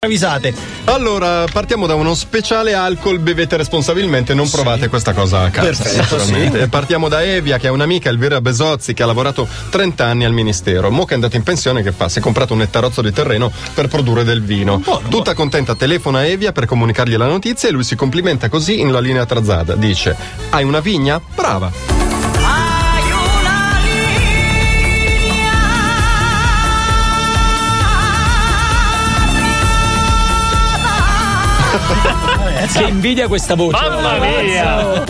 Travisate. Allora, partiamo da uno speciale alcol, bevete responsabilmente, non provate questa cosa a casa. Perfetto, sì. Partiamo da Evia, che è un'amica, Elvira Besozzi, che ha lavorato 30 anni al ministero. Mo' che è andata in pensione, che fa? Si è comprato un ettarozzo di terreno per produrre del vino. Tutta contenta telefona a Evia per comunicargli la notizia e lui si complimenta così in la linea trazzata. Dice: hai una vigna? Brava! Che invidia questa voce. Mamma mia!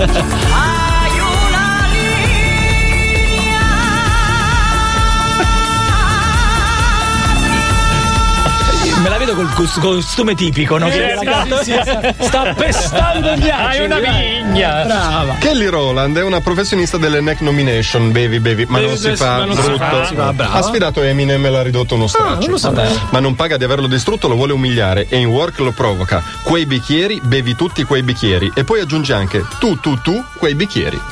Me la vedo col costume tipico, no? Che sta pestando gli altri. Hai una vigna! Brava. Kelly Rowland è una professionista delle Neck Nomination, bevi, ma non si fa, brutto. Ha sfidato Eminem e l'ha ridotto uno straccio. Non lo sapevo. Ma non paga di averlo distrutto, lo vuole umiliare e in work lo provoca. Quei bicchieri, bevi tutti quei bicchieri. E poi aggiunge anche tu, quei bicchieri.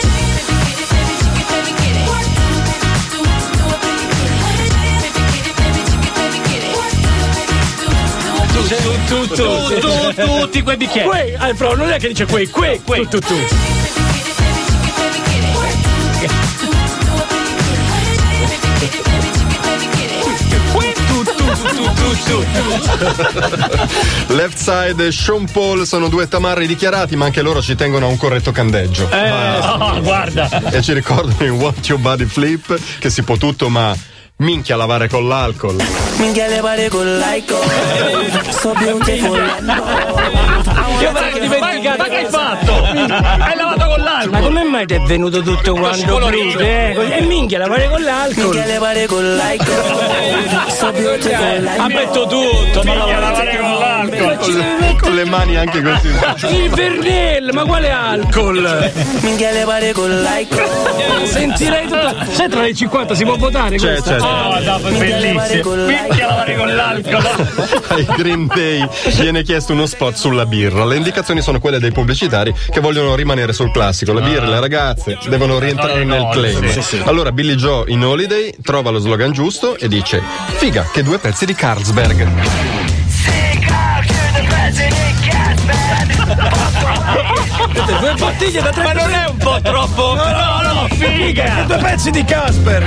Tutti quei bicchieri. Però non è che dice tu. Left Side e Sean Paul sono due tamarri dichiarati, ma anche loro ci tengono a un corretto candeggio. Guarda. E ci ricordano in Want Your Body Flip che si può tutto, ma minchia lavare con l'alcol. Minchia lavare con l'alcol. So beautiful. Io me l'ho dimenticato. Ma che hai fatto? Hai lavato con l'alcol? Ma come mai ti è venuto tutto quanto brutto? E minchia lavare con l'alcol. Minchia lavare con l'alcol. So beautiful. Ha detto tutto. Minchia lavare con l'alcol. Con le mani anche così. Il Vernel, ma quale alcol? Minchia lavare con l'alcol. Sentirei tutta. Sai, tra le 50 si può votare questo? Certo. Bellissimo. Minchia lavare con l'alcol. Ai Green Day viene chiesto uno spot sulla birra. Le indicazioni sono quelle dei pubblicitari che vogliono rimanere sul classico. Le birre, le ragazze devono rientrare nel claim. Sì. Allora Billy Joe in Holiday trova lo slogan giusto e dice: figa, che due pezzi di Carlsberg. Due bottiglie da 3. Ma non è un po' troppo? No, figa! Due pezzi di Casper.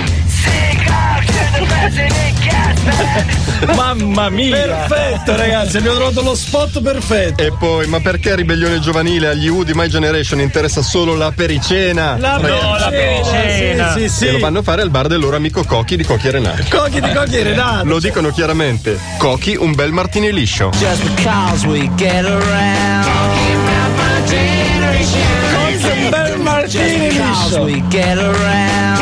Mamma mia! Perfetto, ragazzi, abbiamo trovato lo spot perfetto. E poi, ma perché Ribellione Giovanile agli U di My Generation interessa solo la pericena? La pericena. E lo vanno a fare al bar del loro amico Cochi di Cochi e Renato. Cochi di Cochi e Renato. Lo dicono chiaramente: Cochi, un bel martini liscio. Just because we get around. Cochi, un bel martini liscio. We get around.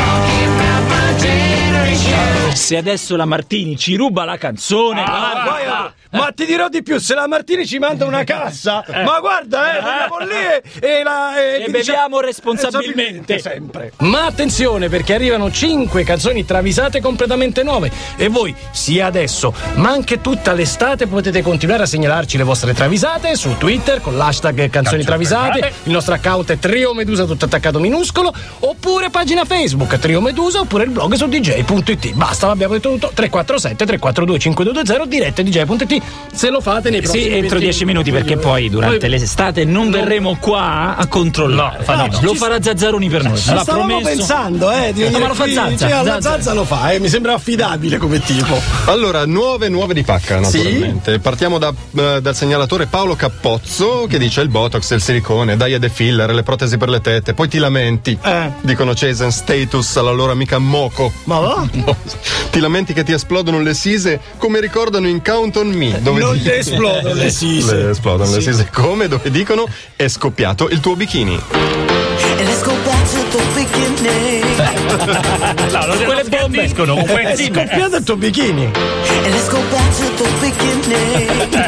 Se adesso la Martini ci ruba la canzone, ma ti dirò di più, se la Martini ci manda una cassa, ma guarda, andiamo lì e beviamo responsabilmente sempre. Ma attenzione, perché arrivano 5 canzoni travisate completamente nuove e voi, sia adesso ma anche tutta l'estate, potete continuare a segnalarci le vostre travisate su Twitter con l'hashtag canzoni travisate. Il nostro account è Trio Medusa tutto attaccato minuscolo, oppure pagina Facebook Trio Medusa, oppure il blog su dj.it. Basta, abbiamo detto tutto. 347 342 5220 dirette dj.it. Se lo fate nei prossimi entro 10 minuti, perché poi durante l'estate non verremo qua a controllare. Lo farà Zazzaroni per noi. Ci stavamo pensando, ma lo fa Zazza. La Zazza lo fa, mi sembra affidabile come tipo. Allora, nuove di pacca, naturalmente. Sì? Partiamo dal segnalatore Paolo Cappozzo, che dice: il botox, il silicone, dai de filler, le protesi per le tette, poi ti lamenti. Dicono Jason Status alla loro amica Moco. Ma va? Ti lamenti che ti esplodono le sise, come ricordano in Count on Me, dove non le esplodono le sise. Le esplodono le sise, come? Dove dicono: è scoppiato il tuo bikini. Let's go back to the beginning. No, non quelle bombescono con è scoppiato il tuo bikini. Let's go back to the beginning.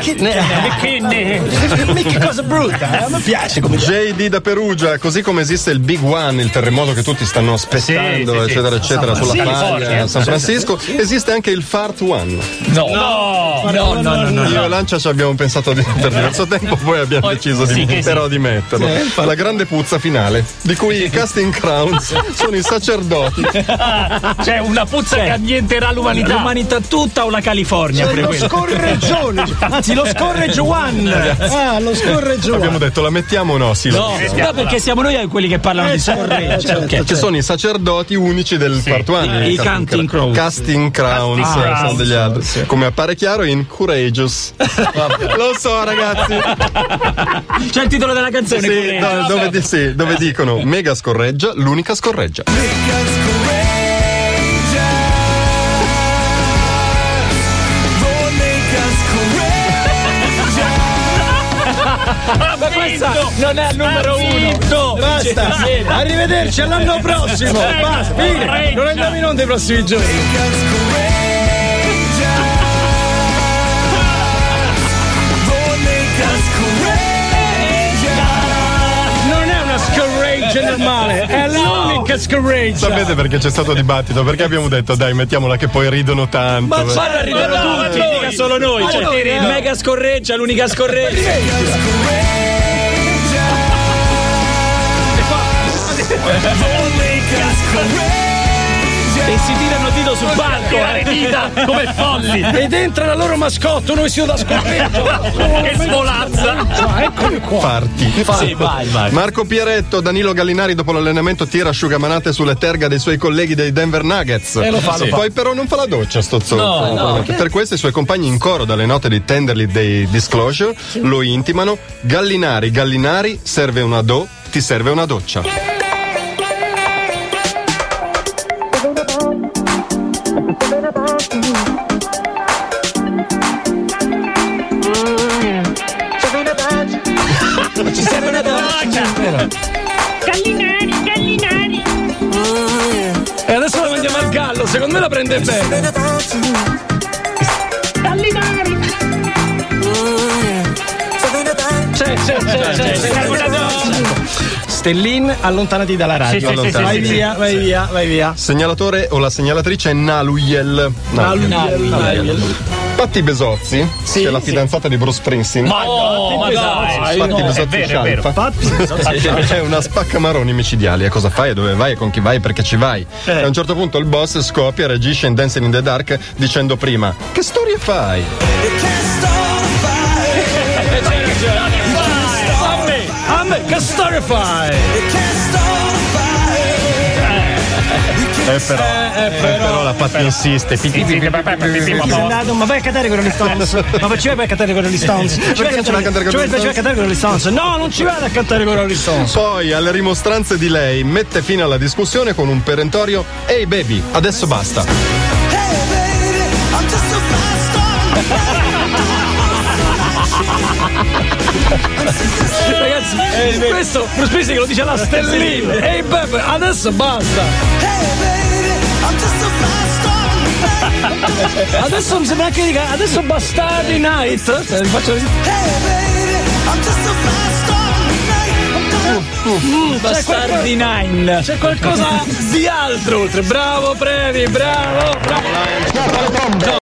Mica cosa brutta, a me piace come JD da Perugia, così come esiste il Big One, il terremoto che tutti stanno aspettando, eccetera, eccetera, sulla paglia a San Francisco, esiste anche il Fart One. No. Io e Lancia ci abbiamo pensato per diverso tempo, poi abbiamo deciso di metterlo. La grande puzza finale, di cui i casting crowns sono i sacerdoti. Cioè una puzza che annienterà l'umanità. L'umanità tutta o la California? Lo scorreggione, anzi lo scorregge one. Lo scorregge one. Abbiamo detto la mettiamo o no? Sì, no, perché siamo noi quelli che parlano di scorregge. Che sono i sacerdoti unici del Fart One. I casting crowns. Casting crowns sono degli altri. Come appare chiaro in Courageous. Lo so, ragazzi. C'è il titolo della canzone. Dove dicono Mega scorreggia, l'unica scorreggia. Ma questa non è al numero 1. Basta. Arrivederci all'anno prossimo. Basta, fine. Non andiamo in onda i prossimi giorni. Normale, è l'unica scorreggia. Sapete perché c'è stato dibattito? Perché abbiamo detto dai, mettiamola che poi ridono tanto. Ma ridono tutti, mica solo noi. Mega scorreggia, l'unica scorreggia. E si tirano dito sul palco, dita come folli. Ed entra la loro mascotte, uno vestito da scorreggio. Che svolazza. Eccoli qua. Farti. Sì, vai. Marco Pieretto, Danilo Gallinari dopo l'allenamento tira asciugamanate sulle terga dei suoi colleghi dei Denver Nuggets. Lo fa. Poi però non fa la doccia sto zoppo. No. Per questo i suoi compagni in coro dalle note di Tenderly dei Disclosure lo intimano: Gallinari, serve una ti serve una doccia. Ci serve una doccia. Gallinari. E adesso la mandiamo al gallo, secondo me la prende bene. Gallinari. C'è una doccia. Stellin, allontanati dalla radio. Vai via. Segnalatore o la segnalatrice è Naluyel. Patti Besozzi, che è la fidanzata di Bruce Springsteen. Patti Besozzi Scialfa. È una spaccamaroni micidiali. E cosa fai? Dove vai? Con chi vai? Perché ci vai? E a un certo punto il boss scoppia e reagisce in Dancing in the Dark dicendo prima: che storie fai? A me, che storia fai? Però la Patti insiste. Ma vai a cantare con gli Stones. Ma ci vai a cantare con gli Stones? Perché ci vai a cantare con gli Stones? No, non ci vado a cantare con gli Stones. Poi, alle rimostranze di lei, mette fine alla discussione con un perentorio: ehi baby, adesso basta. Ragazzi, questo Bruce Springsteen lo dice alla Stellina. Ehi bebe, adesso basta. Adesso mi sembra anche di adesso bastardi night. Faccio così. Bastardi Nine. C'è qualcosa di altro oltre. Bravo Previ, bravo.